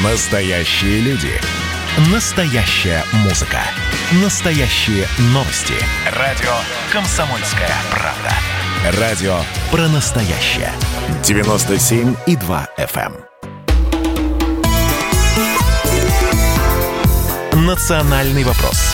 Настоящие люди. Настоящая музыка. Настоящие новости. Радио «Комсомольская правда». Радио про настоящее. 97,2 FM. Национальный вопрос.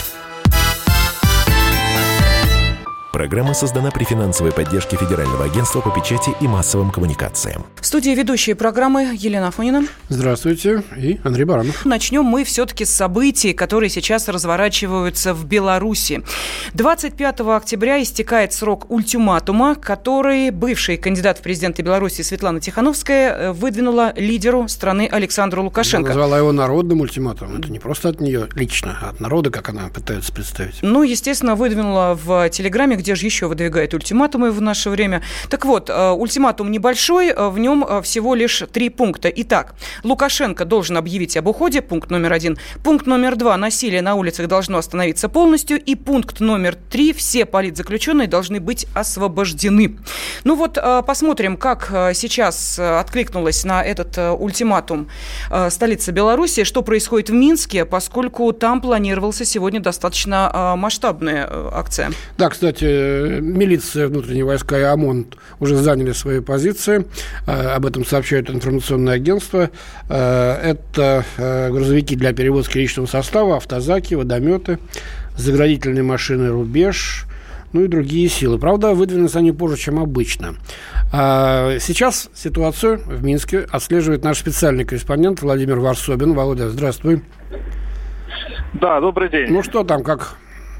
Программа создана при финансовой поддержке Федерального агентства по печати и массовым коммуникациям. В студии ведущие программы Елена Афонина. Здравствуйте. И Андрей Баранов. Начнем мы все-таки с событий, которые сейчас разворачиваются в Беларуси. 25 октября истекает срок ультиматума, который бывший кандидат в президенты Беларуси Светлана Тихановская выдвинула лидеру страны Александру Лукашенко. Она назвала его народным ультиматумом. Это не просто от нее лично, а от народа, как она пытается представить. Ну, естественно, выдвинула в Телеграме, где же еще выдвигают ультиматумы в наше время. Так вот, ультиматум небольшой, в нем всего лишь 3 пункта. Итак, Лукашенко должен объявить об уходе, пункт номер 1. Пункт номер 2, насилие на улицах должно остановиться полностью. И пункт номер 3, все политзаключенные должны быть освобождены. Ну вот, посмотрим, как сейчас откликнулась на этот ультиматум столица Беларуси, что происходит в Минске, поскольку там планировался сегодня достаточно масштабная акция. Да, кстати, милиция, внутренние войска и ОМОН уже заняли свои позиции. Об этом сообщают информационные агентства. Это грузовики для перевозки личного состава, автозаки, водометы, заградительные машины «Рубеж», ну и другие силы. Правда, выдвинутся они позже, чем обычно. Сейчас ситуацию в Минске отслеживает наш специальный корреспондент Владимир Варсобин. Володя, здравствуй. Да, добрый день. Ну что там, как?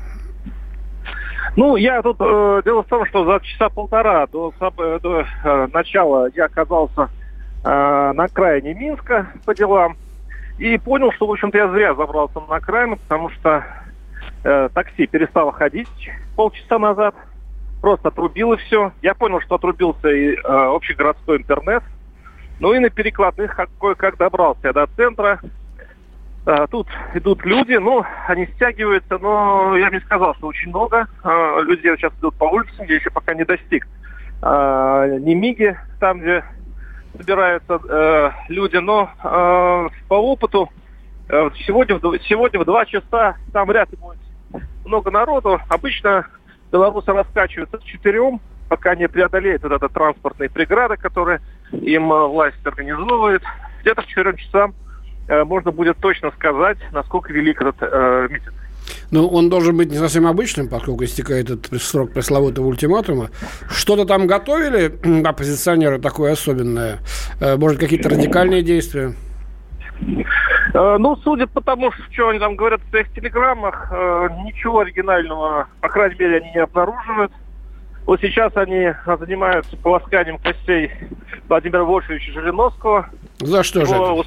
Ну, я тут... дело в том, что за часа полтора до начала я оказался на окраине Минска по делам и понял, что, в общем-то, я зря забрался на окраину, потому что такси перестало ходить полчаса назад, просто отрубило все. Я понял, что отрубился и общегородской интернет. Ну и на перекладных кое-как добрался я до центра. Тут идут люди, ну, они стягиваются, но я бы не сказал, что очень много. Людей сейчас идут по улицам, я еще пока не достиг Немиги, там, где собираются люди, но по опыту сегодня в 2 часа там вряд ли будет много народу. Обычно белорусы раскачиваются к 4, пока не преодолеют вот эта транспортная преграда, которую им власть организовывает. Где-то к 4 часам можно будет точно сказать, насколько велик этот митинг. Ну, он должен быть не совсем обычным, поскольку истекает этот срок пресловутого ультиматума. Что-то там готовили оппозиционеры такое особенное? Может, какие-то радикальные действия? Ну, судя по тому, что они там говорят в своих телеграммах, ничего оригинального, по крайней мере, они не обнаруживают. Вот сейчас они занимаются полосканием костей Владимира Вольфовича Жириновского. За что же его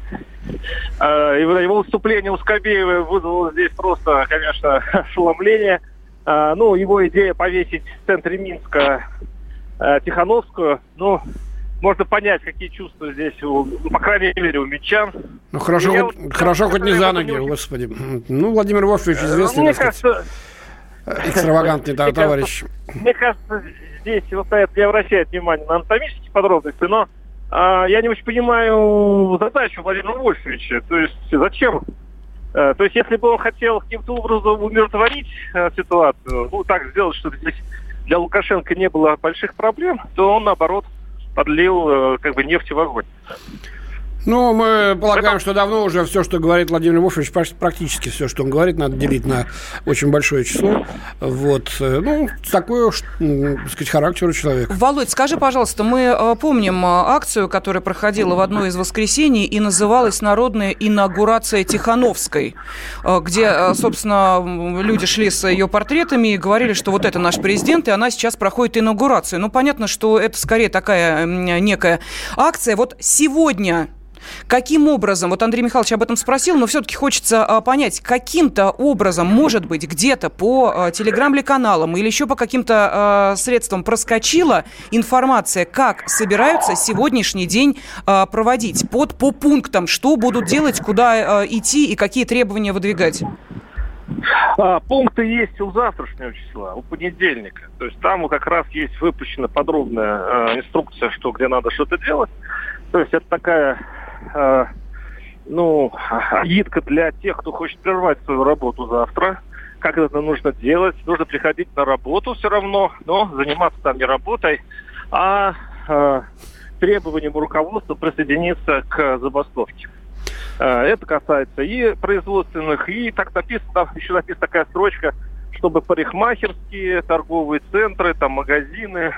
выступление у Скобеевой вызвало здесь просто, конечно, ошеломление. Ну, его идея повесить в центре Минска Тихановскую, ну, можно понять, какие чувства здесь, по крайней мере, у минчан. Ну, хорошо хоть не за ноги, господи. Ну, Владимир Вольфович известный, мне кажется, экстравагантный товарищ. Мне кажется, здесь вот на это не обращает внимания на анатомические подробности, но я не очень понимаю задачу Владимира Вольфовича. То есть зачем? То есть если бы он хотел каким-то образом умиротворить ситуацию, ну так сделать, чтобы здесь для Лукашенко не было больших проблем, то он, наоборот, подлил как бы нефть в огонь. Ну, мы полагаем, что давно уже все, что говорит Владимир Вольфович, практически все, что он говорит, надо делить на очень большое число. Вот. Ну, такой, так сказать, характер у человека. Володь, скажи, пожалуйста, мы помним акцию, которая проходила в одно из воскресений и называлась «Народная инаугурация Тихановской», где, собственно, люди шли с ее портретами и говорили, что вот это наш президент, и она сейчас проходит инаугурацию. Ну, понятно, что это скорее такая некая акция. Вот сегодня... Каким образом, вот Андрей Михайлович об этом спросил, но все-таки хочется понять, каким-то образом, может быть, где-то по телеграм-каналам или еще по каким-то средствам проскочила информация, как собираются сегодняшний день проводить по пунктам, что будут делать, куда идти и какие требования выдвигать? Пункты есть у завтрашнего числа, у понедельника. То есть там как раз есть выпущена подробная инструкция, что где надо что-то делать. То есть это такая агитка для тех, кто хочет прервать свою работу завтра. Как это нужно делать? Нужно приходить на работу все равно, но заниматься там не работой, а требованием руководства присоединиться к забастовке. Это касается и производственных, и так написано, там еще написана такая строчка, чтобы парикмахерские, торговые центры, там магазины,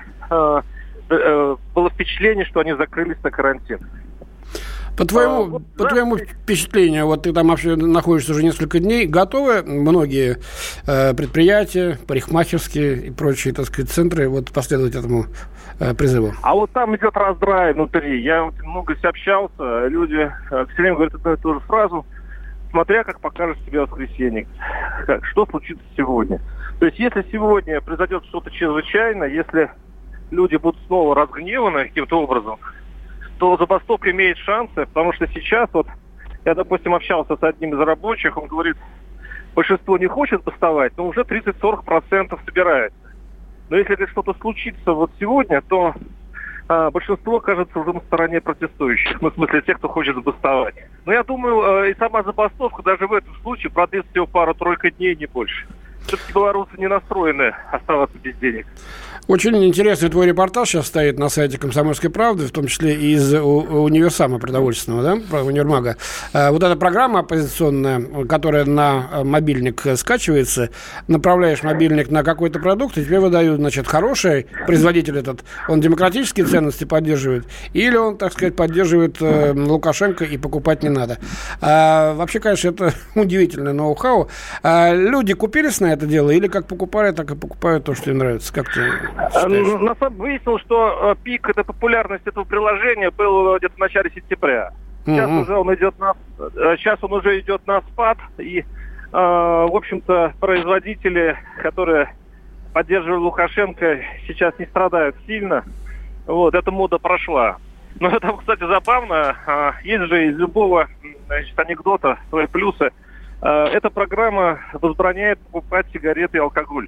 было впечатление, что они закрылись на карантин. По твоему впечатлению, вот ты там вообще находишься уже несколько дней, готовы многие предприятия, парикмахерские и прочие, так сказать, центры вот последовать этому призыву? А вот там идет раздрай внутри. Я вот много общался, люди все время говорят одну и ту же фразу: смотря как покажет себя воскресенье, что случится сегодня. То есть если сегодня произойдет что-то чрезвычайное, если люди будут снова разгневаны каким-то образом, то забастовка имеет шансы, потому что сейчас вот я, допустим, общался с одним из рабочих, он говорит, большинство не хочет бастовать, но уже 30-40% собирается. Но если что-то случится вот сегодня, то большинство окажется уже на стороне протестующих, в смысле тех, кто хочет забастовать. Но я думаю, и сама забастовка даже в этом случае продлится всего пару-тройку дней, не больше. Все-таки белорусы не настроены оставаться без денег. Очень интересный твой репортаж сейчас стоит на сайте «Комсомольской правды», в том числе из универсама продовольственного, да, универмага. Вот эта программа оппозиционная, которая на мобильник скачивается, направляешь мобильник на какой-то продукт, и тебе выдают, значит, хороший производитель этот, он демократические ценности поддерживает, или он, так сказать, поддерживает Лукашенко, и покупать не надо. Вообще, конечно, это удивительное ноу-хау. Люди купились на это дело, или как покупали, так и покупают то, что им нравится? Как ты... На самом деле выяснилось, что пик этой популярности этого приложения был где-то в начале сентября. Сейчас он уже идет на спад, и, в общем-то, производители, которые поддерживали Лукашенко, сейчас не страдают сильно. Вот, эта мода прошла. Но это, кстати, забавно. Есть же из любого, значит, анекдота свои плюсы. Эта программа возбраняет покупать сигареты и алкоголь.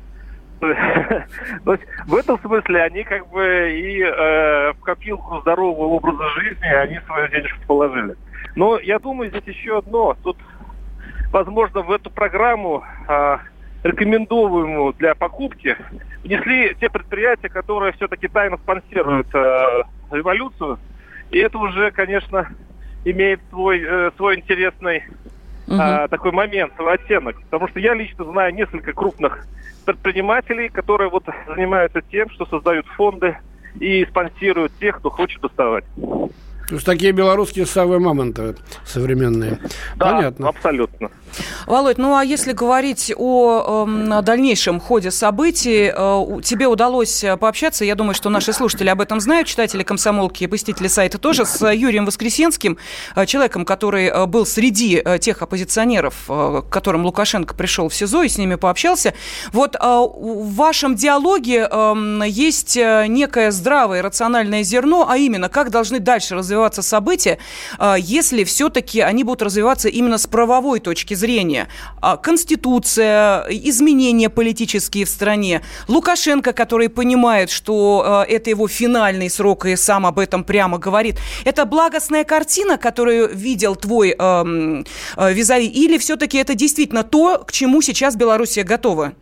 В этом смысле они как бы и в копилку здорового образа жизни они свою денежку положили. Но я думаю, здесь еще одно. Тут, возможно, в эту программу, рекомендуемую для покупки, внесли те предприятия, которые все-таки тайно спонсируют революцию. И это уже, конечно, имеет свой интересный такой момент, свой оттенок. Потому что я лично знаю несколько крупных предпринимателей, которые вот занимаются тем, что создают фонды и спонсируют тех, кто хочет доставать. То есть такие белорусские совы мамонты современные. Да, понятно. Абсолютно. Володь, ну а если говорить о дальнейшем ходе событий, тебе удалось пообщаться, я думаю, что наши слушатели об этом знают, читатели «Комсомолки» и посетители сайта тоже, с Юрием Воскресенским, человеком, который был среди тех оппозиционеров, к которым Лукашенко пришел в СИЗО и с ними пообщался. Вот в вашем диалоге есть некое здравое, рациональное зерно, а именно, как должны дальше развиваться события, если все-таки они будут развиваться именно с правовой точки зрения. Конституция, изменения политические в стране, Лукашенко, который понимает, что это его финальный срок и сам об этом прямо говорит. Это благостная картина, которую видел твой визави, или все-таки это действительно то, к чему сейчас Белоруссия готова?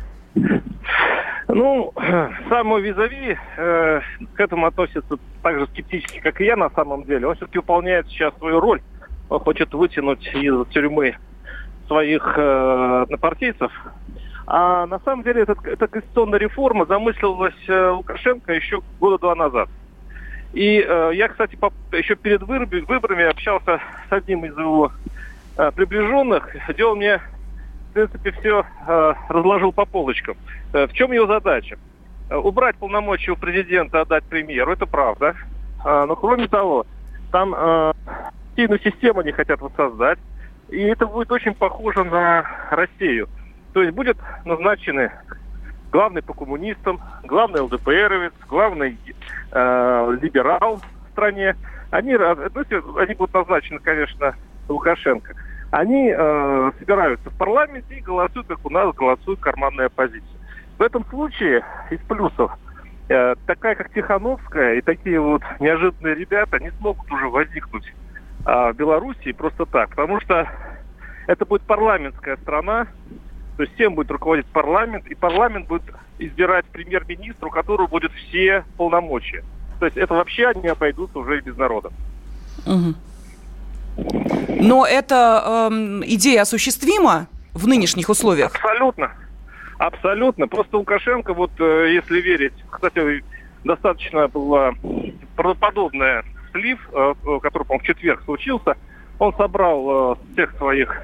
Ну, сам визави к этому относится так же скептически, как и я на самом деле. Он все-таки выполняет сейчас свою роль. Он хочет вытянуть из тюрьмы своих однопартийцев. А на самом деле эта конституционная реформа замыслилась Лукашенко еще года 2 назад. И я, кстати, еще перед выборами общался с одним из его приближенных, где он мне, в принципе, все разложил по полочкам. В чем его задача? Убрать полномочия у президента, отдать премьеру, это правда. Но кроме того, там партийную систему они хотят воссоздать. И это будет очень похоже на Россию. То есть будет назначены главный по коммунистам, главный ЛДПРовец, главный либерал в стране. Они будут назначены, конечно, Лукашенко. Они собираются в парламенте и голосуют, как у нас голосует карманная оппозиция. В этом случае из плюсов такая, как Тихановская, и такие вот неожиданные ребята не смогут уже возникнуть в Белоруссии просто так. Потому что это будет парламентская страна, то есть всем будет руководить парламент, и парламент будет избирать премьер-министра, у которого будут все полномочия. То есть это вообще они обойдутся уже и без народа. Угу. Но эта идея осуществима в нынешних условиях? Абсолютно. Абсолютно. Просто Лукашенко, вот если верить, кстати, достаточно была правдоподобная слив, который, по-моему, в четверг случился. Он собрал всех своих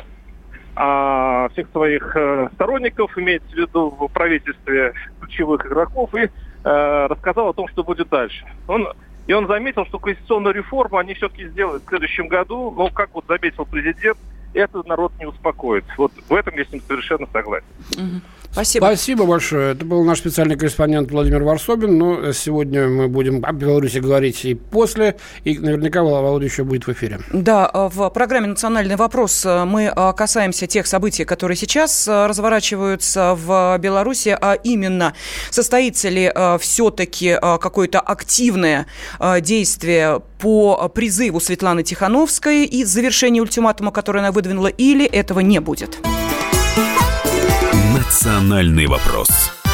сторонников, имеется в виду в правительстве ключевых игроков, и рассказал о том, что будет дальше. Он заметил, что конституционную реформу они все-таки сделают в следующем году, но, как вот заметил президент, этот народ не успокоит. Вот в этом я с ним совершенно согласен. Спасибо. Спасибо большое. Это был наш специальный корреспондент Владимир Варсобин. Но сегодня мы будем о Беларуси говорить и после, и наверняка Володя еще будет в эфире. Да, в программе «Национальный вопрос» мы касаемся тех событий, которые сейчас разворачиваются в Беларуси, а именно, состоится ли все-таки какое-то активное действие по призыву Светланы Тихановской и завершению ультиматума, который она выдвинула, или этого не будет. Национальный вопрос.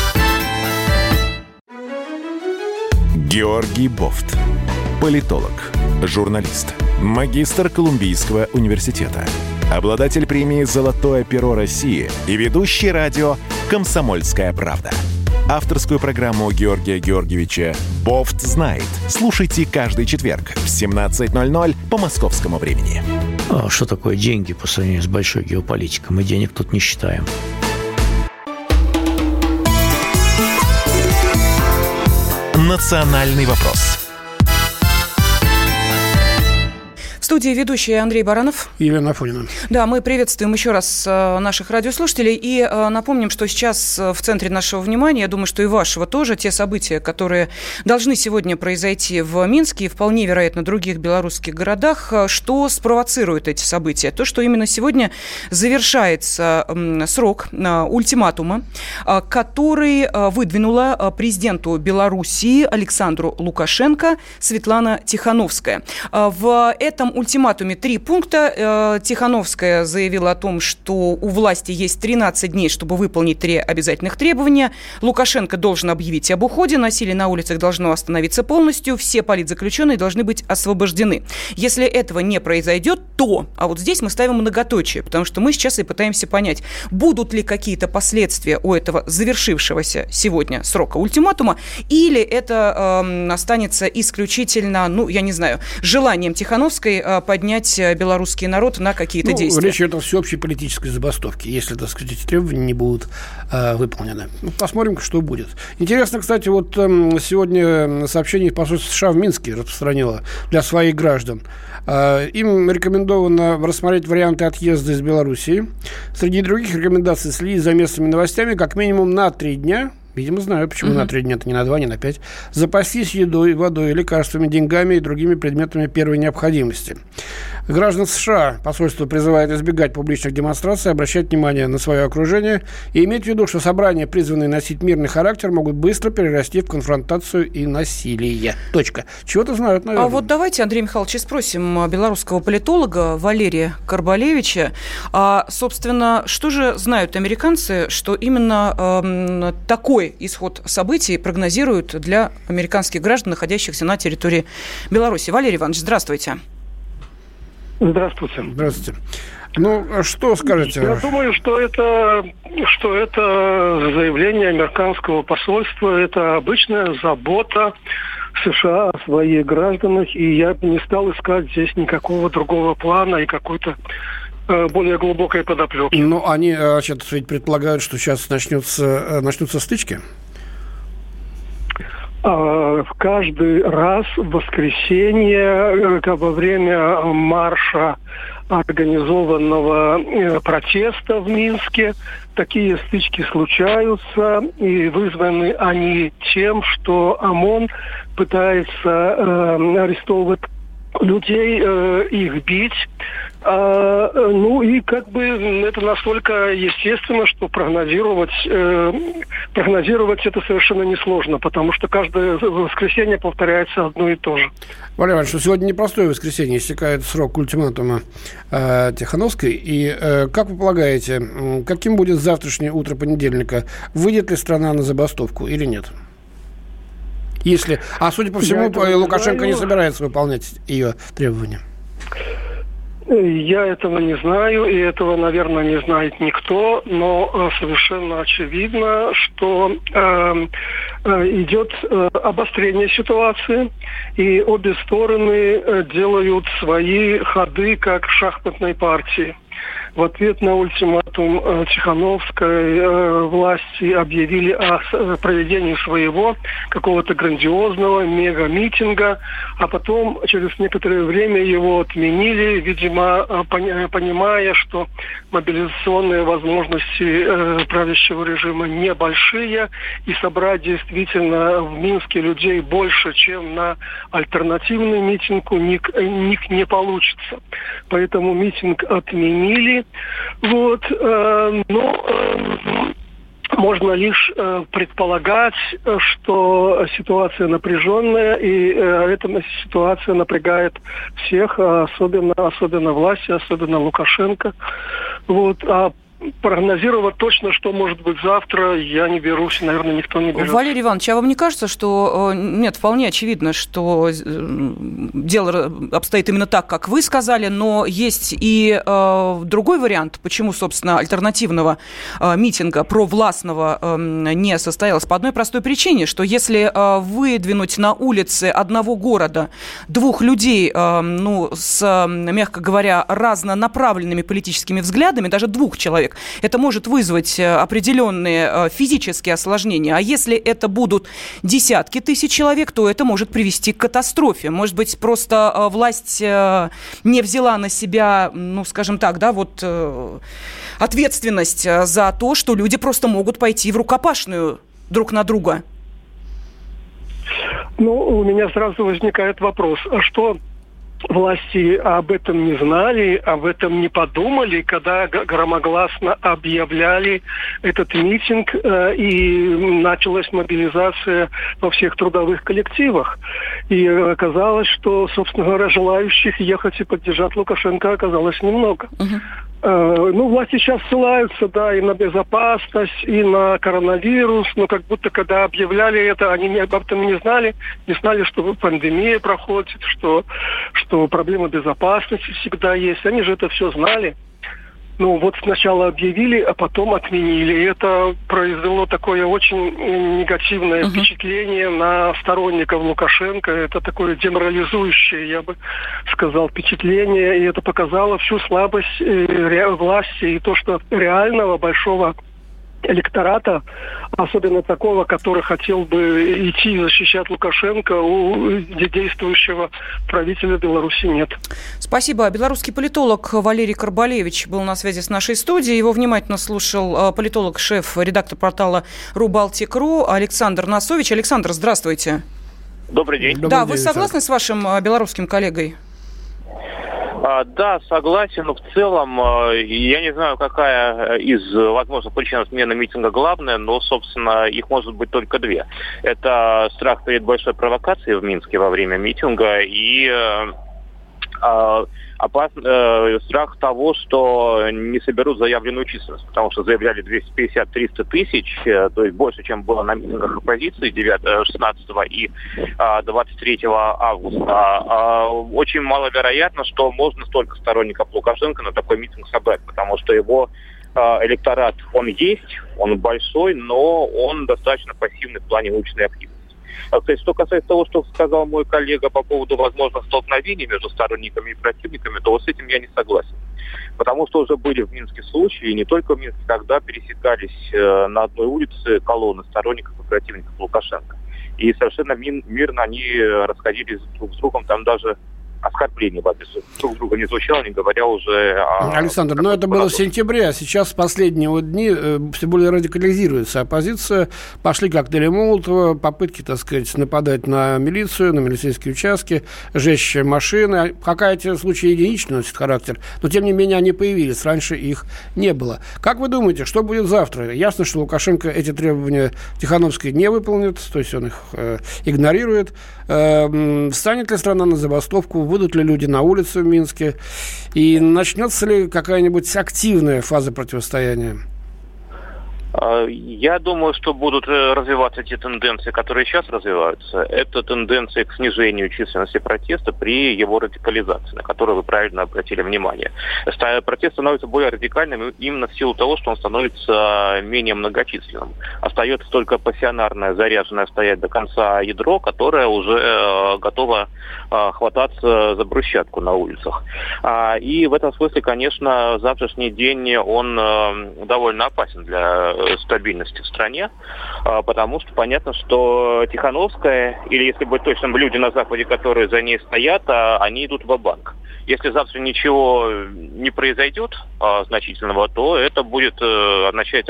Георгий Бофт. Политолог, журналист, магистр Колумбийского университета, обладатель премии «Золотое перо России» и ведущий радио «Комсомольская правда». Авторскую программу Георгия Георгиевича «Бофт знает». Слушайте каждый четверг в 17:00 по московскому времени. Что такое деньги по сравнению с большой геополитикой? Мы денег тут не считаем. Национальный вопрос. В студии ведущий Андрей Баранов. И Елена Афонина. Да, мы приветствуем еще раз наших радиослушателей и напомним, что сейчас в центре нашего внимания, я думаю, что и вашего тоже, те события, которые должны сегодня произойти в Минске и вполне вероятно в других белорусских городах. Что спровоцирует эти события? То, что именно сегодня завершается срок ультиматума, который выдвинула президенту Белоруссии Александру Лукашенко Светлана Тихановская. В этом ультиматуме 3 пункта. Тихановская заявила о том, что у власти есть 13 дней, чтобы выполнить 3 обязательных требования. Лукашенко должен объявить об уходе, насилие на улицах должно остановиться полностью, все политзаключенные должны быть освобождены. Если этого не произойдет, то, а вот здесь мы ставим многоточие, потому что мы сейчас и пытаемся понять, будут ли какие-то последствия у этого завершившегося сегодня срока ультиматума, или это останется исключительно, я не знаю, желанием Тихановской поднять белорусский народ на какие-то действия. Речь идет о всеобщей политической забастовке, если, так сказать, эти требования не будут выполнены. Посмотрим, что будет. Интересно, кстати, вот сегодня сообщение из посольства США в Минске распространило для своих граждан. Им рекомендовано рассмотреть варианты отъезда из Белоруссии. Среди других рекомендаций следить за местными новостями как минимум на 3 дня. Видимо, знаю, почему на 3 дня, это не на 2, не на 5. Запастись едой, водой, лекарствами, деньгами и другими предметами первой необходимости. Граждан США посольство призывает избегать публичных демонстраций, обращать внимание на свое окружение и иметь в виду, что собрания, призванные носить мирный характер, могут быстро перерасти в конфронтацию и насилие. Точка. Чего-то знают, наверное. А вот давайте, Андрей Михайлович, спросим белорусского политолога Валерия Карбалевича. Собственно, что же знают американцы, что именно такой исход событий прогнозируют для американских граждан, находящихся на территории Беларуси? Валерий Иванович, здравствуйте. Здравствуйте. Здравствуйте. Что скажете? Я думаю, что это заявление американского посольства, это обычная забота США о своих гражданах, и я бы не стал искать здесь никакого другого плана и какой-то более глубокой подоплеки. Они ведь предполагают, что сейчас начнутся стычки? Каждый раз в воскресенье во время марша организованного протеста в Минске такие стычки случаются, и вызваны они тем, что ОМОН пытается арестовывать людей, их бить. Ну и как бы это настолько естественно, что прогнозировать это совершенно несложно, потому что каждое воскресенье повторяется одно и то же. Валерий Иванович, сегодня непростое воскресенье, истекает срок ультиматума Тихановской. И как вы полагаете, каким будет завтрашнее утро понедельника? Выйдет ли страна на забастовку или нет? Судя по всему, Лукашенко не собирается выполнять ее требования. Я этого не знаю, и этого, наверное, не знает никто, но совершенно очевидно, что идет обострение ситуации, и обе стороны делают свои ходы как в шахматной партии. В ответ на ультиматум Тихановской власти объявили о проведении своего какого-то грандиозного мега-митинга, а потом через некоторое время его отменили, видимо, понимая, что мобилизационные возможности правящего режима небольшие, и собрать действительно в Минске людей больше, чем на альтернативный митинг, у них не получится. Поэтому митинг отменили. Можно лишь предполагать, что ситуация напряженная, и эта ситуация напрягает всех, особенно власти, особенно Лукашенко. А прогнозировать точно, что может быть завтра, я не берусь, наверное, никто не берется. Валерий Иванович, а вам не кажется, что... Нет, вполне очевидно, что дело обстоит именно так, как вы сказали, но есть и другой вариант, почему, собственно, альтернативного митинга провластного не состоялось. По одной простой причине, что если выдвинуть на улицы одного города двух людей, с, мягко говоря, разнонаправленными политическими взглядами, даже двух человек, это может вызвать определенные физические осложнения. А если это будут десятки тысяч человек, то это может привести к катастрофе. Может быть, просто власть не взяла на себя, ответственность за то, что люди просто могут пойти в рукопашную друг на друга. У меня сразу возникает вопрос, а что... Власти об этом не знали, об этом не подумали, когда громогласно объявляли этот митинг, и началась мобилизация во всех трудовых коллективах. И оказалось, что, собственно говоря, желающих ехать и поддержать Лукашенко оказалось немного. Власти сейчас ссылаются, и на безопасность, и на коронавирус, но как будто когда объявляли это, они об этом не знали, что пандемия проходит, что проблема безопасности всегда есть. Они же это все знали. Сначала объявили, а потом отменили. И это произвело такое очень негативное впечатление на сторонников Лукашенко. Это такое деморализующее, я бы сказал, впечатление. И это показало всю слабость власти и то, что реального большого электората, особенно такого, который хотел бы идти и защищать Лукашенко, у действующего правителя Беларуси нет. Спасибо. Белорусский политолог Валерий Карбалевич был на связи с нашей студией. Его внимательно слушал политолог, шеф-редактор портала Рубалтик.ру Александр Насович. Александр, здравствуйте. Добрый день. Вы согласны с вашим белорусским коллегой? Да, согласен, но в целом я не знаю, какая из возможных причин отмены митинга главная, но, собственно, их может быть только две. Это страх перед большой провокацией в Минске во время митинга и страх того, что не соберут заявленную численность, потому что заявляли 250-300 тысяч, то есть больше, чем было на митингах оппозиции 16 и 23 августа. Очень маловероятно, что можно столько сторонников Лукашенко на такой митинг собрать, потому что его электорат, он есть, он большой, но он достаточно пассивный в плане уличной активности. Кстати, что касается того, что сказал мой коллега по поводу возможных столкновений между сторонниками и противниками, то с этим я не согласен. Потому что уже были в Минске случаи, и не только в Минске, когда пересекались на одной улице колонны сторонников и противников Лукашенко. И совершенно мирно они расходились друг с другом, там даже оскорблений в адрес друг друга не звучало, не говоря уже о... Александр, но это было в сентябре, а сейчас в последние дни все более радикализируется оппозиция. Пошли коктейли Молотова, попытки, так сказать, нападать на милицию, на милицейские участки, жечь машины. Пока эти случаи единичный носят характер, но тем не менее они появились, раньше их не было. Как вы думаете, что будет завтра? Ясно, что Лукашенко эти требования Тихановской не выполнит, то есть он их игнорирует. Встанет ли страна на забастовку, выйдут ли люди на улицы в Минске, и начнется ли какая-нибудь активная фаза противостояния? Я думаю, что будут развиваться те тенденции, которые сейчас развиваются. Это тенденции к снижению численности протеста при его радикализации, на которую вы правильно обратили внимание. Протест становится более радикальным именно в силу того, что он становится менее многочисленным. Остается только пассионарное, заряженное стоять до конца ядро, которое уже готово хвататься за брусчатку на улицах. И в этом смысле, конечно, завтрашний день, он довольно опасен для стабильности в стране, потому что понятно, что Тихановская, или, если быть точным, люди на Западе, которые за ней стоят, они идут ва-банк. Если завтра ничего не произойдет значительного, то это будет означать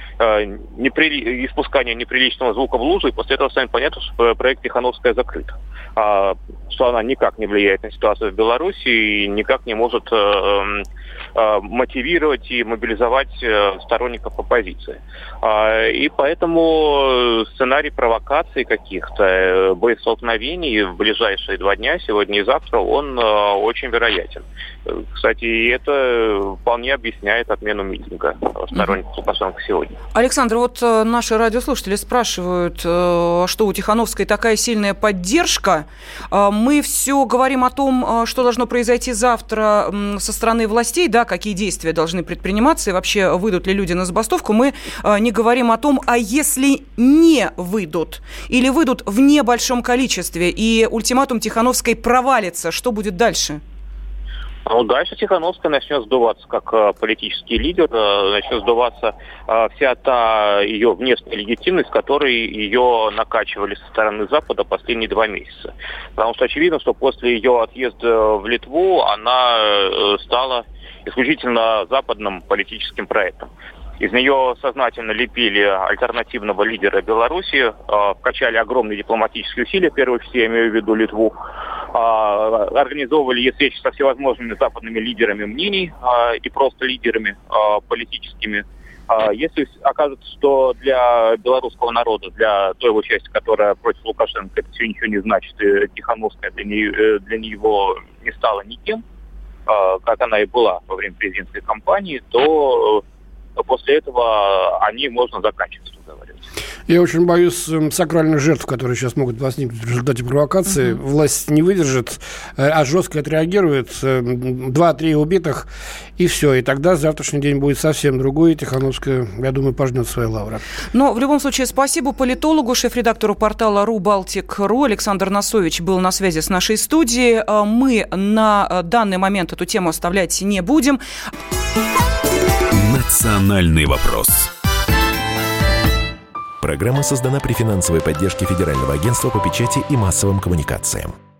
испускание неприличного звука в лужу, и после этого станет понятно, что проект Тихановская закрыт. Что она никак не влияет на ситуацию в Беларуси и никак не может мотивировать и мобилизовать сторонников оппозиции. И поэтому сценарий провокаций каких-то, боестолкновений в ближайшие 2 дня, сегодня и завтра, он очень вероятен. Кстати, и это вполне объясняет отмену митинга сторонников Лукашенко сегодня. Александр, вот наши радиослушатели спрашивают, что у Тихановской такая сильная поддержка. Мы все говорим о том, что должно произойти завтра со стороны властей, да, какие действия должны предприниматься и вообще выйдут ли люди на забастовку. Мы не говорим о том, а если не выйдут или выйдут в небольшом количестве и ультиматум Тихановской провалится, что будет дальше? Ну, дальше Тихановская начнет сдуваться как политический лидер, начнет сдуваться вся та ее внешняя легитимность, которой ее накачивали со стороны Запада последние 2 месяца. Потому что очевидно, что после ее отъезда в Литву она стала исключительно западным политическим проектом. Из нее сознательно лепили альтернативного лидера Беларуси, вкачали огромные дипломатические усилия, в первую очередь я имею в виду Литву, организовывали встречи со всевозможными западными лидерами мнений и просто лидерами политическими. Если окажется, что для белорусского народа, для той его части, которая против Лукашенко, это все ничего не значит, и Тихановская для него не стала никем, как она и была во время президентской кампании, то после этого они можно заканчивать, что говорится. Я очень боюсь сакральных жертв, которые сейчас могут возникнуть в результате провокации. Власть не выдержит, а жестко отреагирует. 2-3 убитых, и все. И тогда завтрашний день будет совсем другой. И Тихановская, я думаю, пожнет свои лавры. Но в любом случае спасибо политологу, шеф-редактору портала «Рубалтик.ру» Александр Носович был на связи с нашей студией. Мы на данный момент эту тему оставлять не будем. «Национальный вопрос». Программа создана при финансовой поддержке Федерального агентства по печати и массовым коммуникациям.